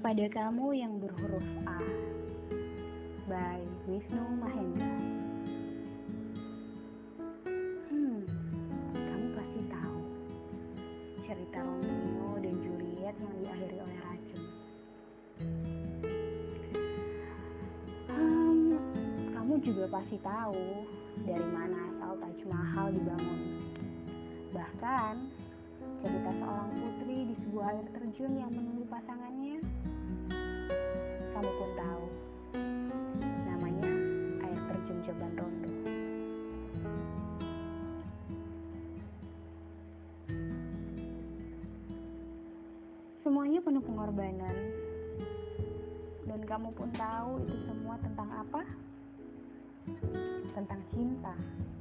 Pada Kamu yang Berhuruf A by Wisnu Mahendra. Kamu pasti tahu cerita Romeo dan Juliet yang diakhiri oleh racun. Kamu juga pasti tahu dari mana asal Taj Mahal dibangun. Bahkan cerita seorang putri di sebuah air terjun yang menunggu pasangannya. Kamu pun tahu, namanya air terjun Jeban Rondo. Semuanya penuh pengorbanan, dan kamu pun tahu itu semua tentang apa? Tentang cinta.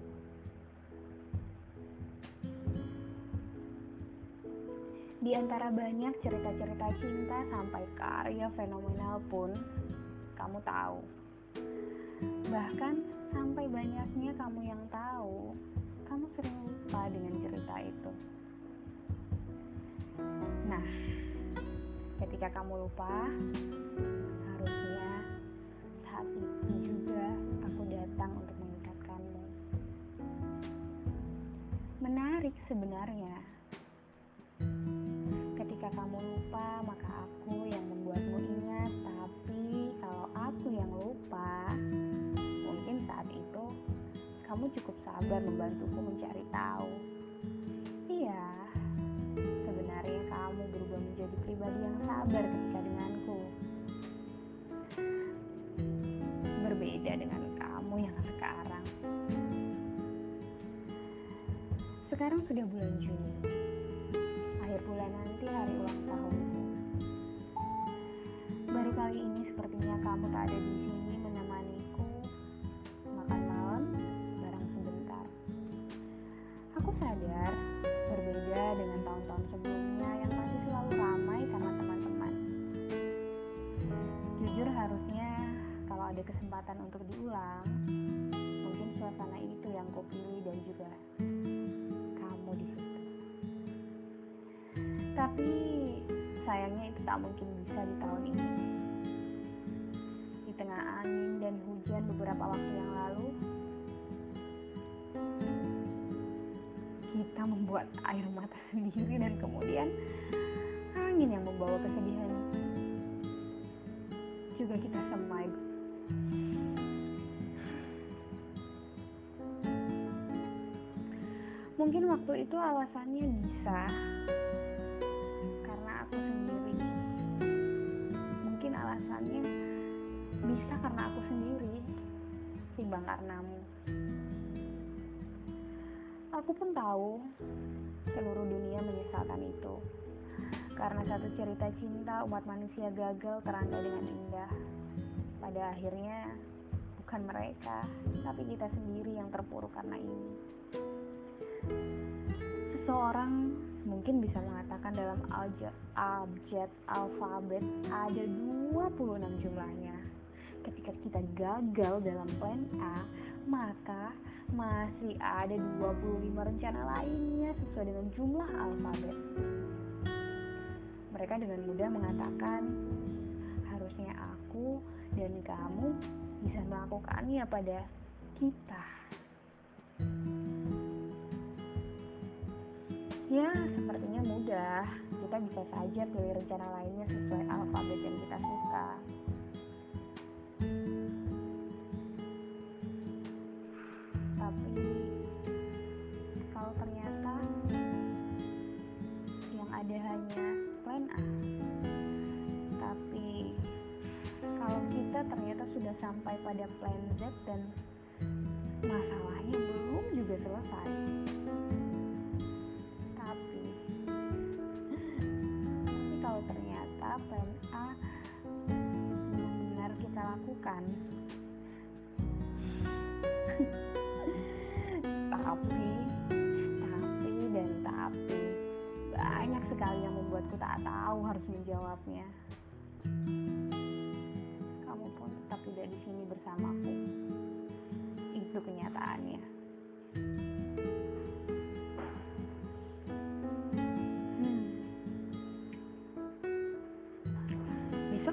Di antara banyak cerita-cerita cinta sampai karya fenomenal pun, kamu tahu. Bahkan sampai banyaknya kamu yang tahu, kamu sering lupa dengan cerita itu. Nah, ketika kamu lupa, harusnya saat itu juga aku datang untuk mengingatkanmu. Menarik sebenarnya. Ketika kamu lupa, maka aku yang membuatmu ingat. Tapi kalau aku yang lupa, mungkin saat itu kamu cukup sabar membantuku mencari tahu. Iya, sebenarnya kamu berubah menjadi pribadi yang sabar ketika denganku. Berbeda dengan kamu yang sekarang. Sekarang sudah bulan Juni. Akhir bulan nanti hari ulang tahunku. Baru kali ini sepertinya kamu tak ada di sini menemaniku makan malam bareng sebentar. Aku sadar berbeda dengan tahun-tahun sebelumnya yang masih selalu ramai karena teman-teman. Jujur harusnya kalau ada kesempatan untuk diulang, mungkin suasana itu yang kupilih dan juga kamu di situ. Tapi sayangnya itu tak mungkin bisa di tahun ini. Di tengah angin dan hujan beberapa waktu yang lalu, kita membuat air mata sendiri dan kemudian angin yang membawa kesedihan juga kita semai. Mungkin waktu itu alasannya bisa karena aku sendiri. Mungkin alasannya bisa karena aku sendiri, timbang karenamu. Aku pun tahu seluruh dunia menyesalkan itu. Karena satu cerita cinta umat manusia gagal terangkai dengan indah. Pada akhirnya bukan mereka, tapi kita sendiri yang terpuruk karena ini. Seseorang mungkin bisa mengatakan dalam abjad alfabet ada 26 jumlahnya. Ketika kita gagal dalam plan A, maka masih ada 25 rencana lainnya sesuai dengan jumlah alfabet. Mereka dengan mudah mengatakan, harusnya aku dan kamu bisa melakukannya pada kita. Ya, sepertinya mudah. Kita bisa saja pilih rencana lainnya sesuai alfabet yang kita suka. Tapi kalau ternyata yang ada hanya plan A. Tapi kalau kita ternyata sudah sampai pada plan Z dan masalahnya belum juga selesai. Tapi kalau ternyata plan A benar kita lakukan, tapi banyak sekali yang membuatku tak tahu harus menjawabnya. Kamu pun tetap tidak di sini bersamaku. Itu kenyataannya. Bisa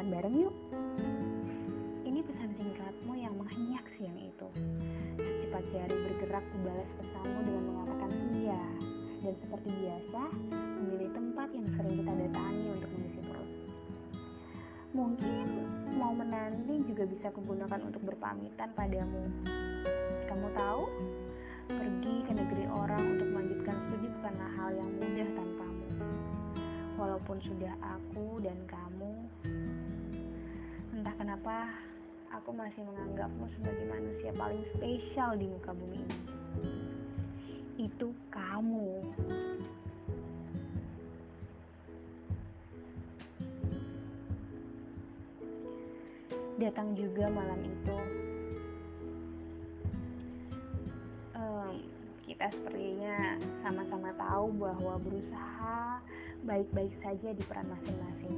makan bareng yuk. Ini pesan singkatmu yang menghenyak siang itu. Secepat jari bergerak kubalas pesanmu dengan mengatakan iya. Dan seperti biasa, memilih tempat yang sering kita datangi untuk mengisi perut. Mungkin momen nanti juga bisa kugunakan untuk berpamitan padamu. Kamu tahu, pergi ke negeri orang untuk melanjutkan studi bukanlah hal yang mudah tanpamu. Walaupun sudah aku dan kamu, entah kenapa aku masih menganggapmu sebagai manusia paling spesial di muka bumi ini. Itu kamu. Datang juga malam itu. Kita sepertinya sama-sama tahu bahwa berusaha baik-baik saja di peran masing-masing.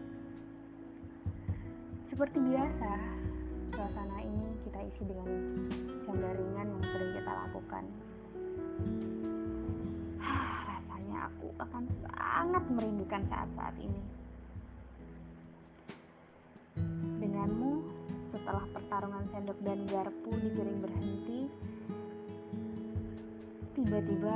Seperti biasa, suasana ini kita isi dengan canda ringan yang sering kita lakukan. Rasanya aku akan sangat merindukan saat-saat ini. Denganmu, setelah pertarungan sendok dan garpu di piring berhenti, tiba-tiba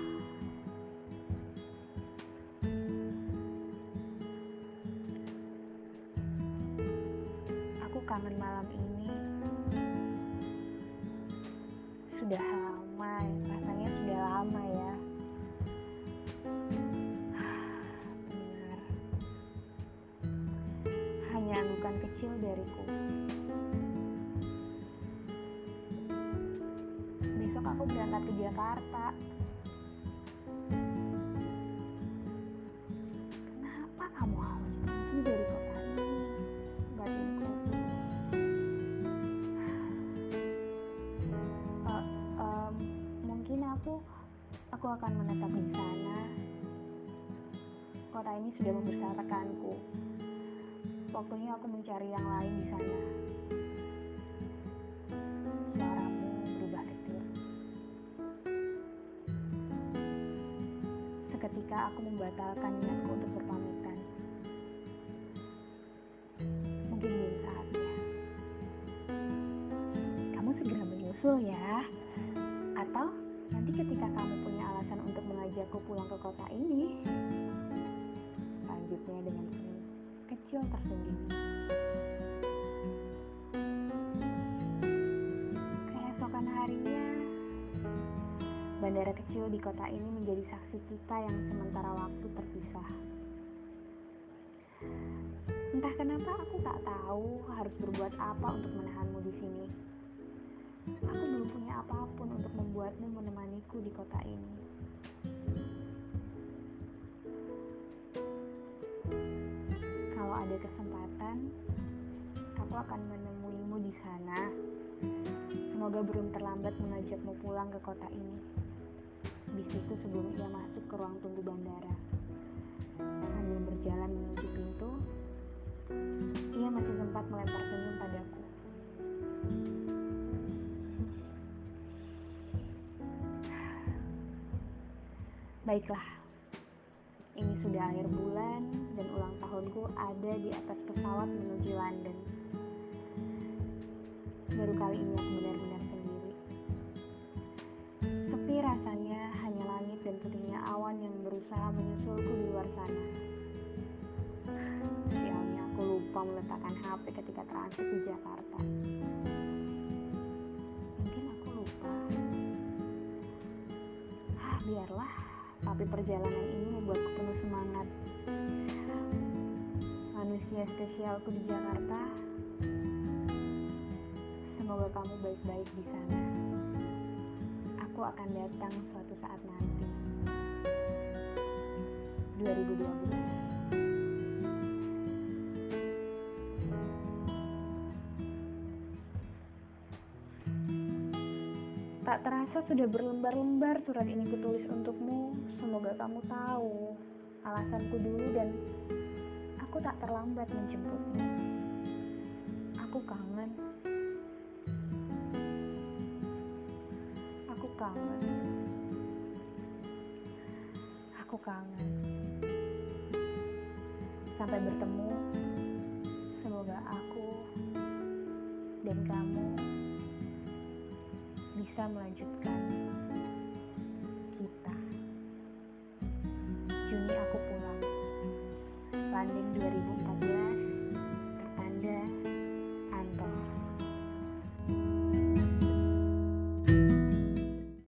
aku kangen malam ini. Sudah lama, rasanya sudah lama ya. Benar. Hanya anggukan kecil dariku. Besok aku berangkat ke Jakarta. Kenapa kamu harus pergi dari kota ini, batinku? Mungkin aku akan menetap di sana. Kota ini sudah membesarkanku. Waktunya aku mencari yang lain di sana. Suaramu berubah detil. Seketika aku membatalkan niatku untuk berpamitan. Mungkin belum saatnya. Kamu segera menyusul ya. Atau nanti ketika kamu punya alasan untuk mengajakku pulang ke kota ini. Lanjutnya dengan senyum kecil tersenyum. Keesokan harinya, bandara kecil di kota ini menjadi saksi kita yang sementara waktu terpisah. Entah kenapa aku tak tahu harus berbuat apa untuk menahanmu di sini. Aku belum punya apapun untuk membuatmu menemaniku di kota ini. Kalau ada kesempatan, aku akan menemuimu di sana. Semoga belum terlambat mengajakmu pulang ke kota ini. Bisiku sebelum ia masuk ke ruang tunggu bandara. Sambil berjalan menuju pintu, ia masih sempat melempar senyum padaku. Baiklah, ini sudah akhir bulan dan ulang tahunku ada di atas pesawat menuju London. Baru kali ini aku benar-benar sendiri. Sepi rasanya, hanya langit dan putihnya awan yang berusaha menyusulku di luar sana. Sialnya aku lupa meletakkan HP ketika transit di Jakarta. Mungkin aku lupa. Biarlah, tapi perjalanan ini membuatku penuh semangat. Manusia spesialku di Jakarta, semoga kamu baik-baik di sana. Aku akan datang suatu saat nanti. 2012. Tak terasa sudah berlembar-lembar surat ini kutulis untukmu. Semoga kamu tahu alasanku dulu dan aku tak terlambat menjemputmu. Aku kangen. Aku kangen. Aku kangen. Sampai bertemu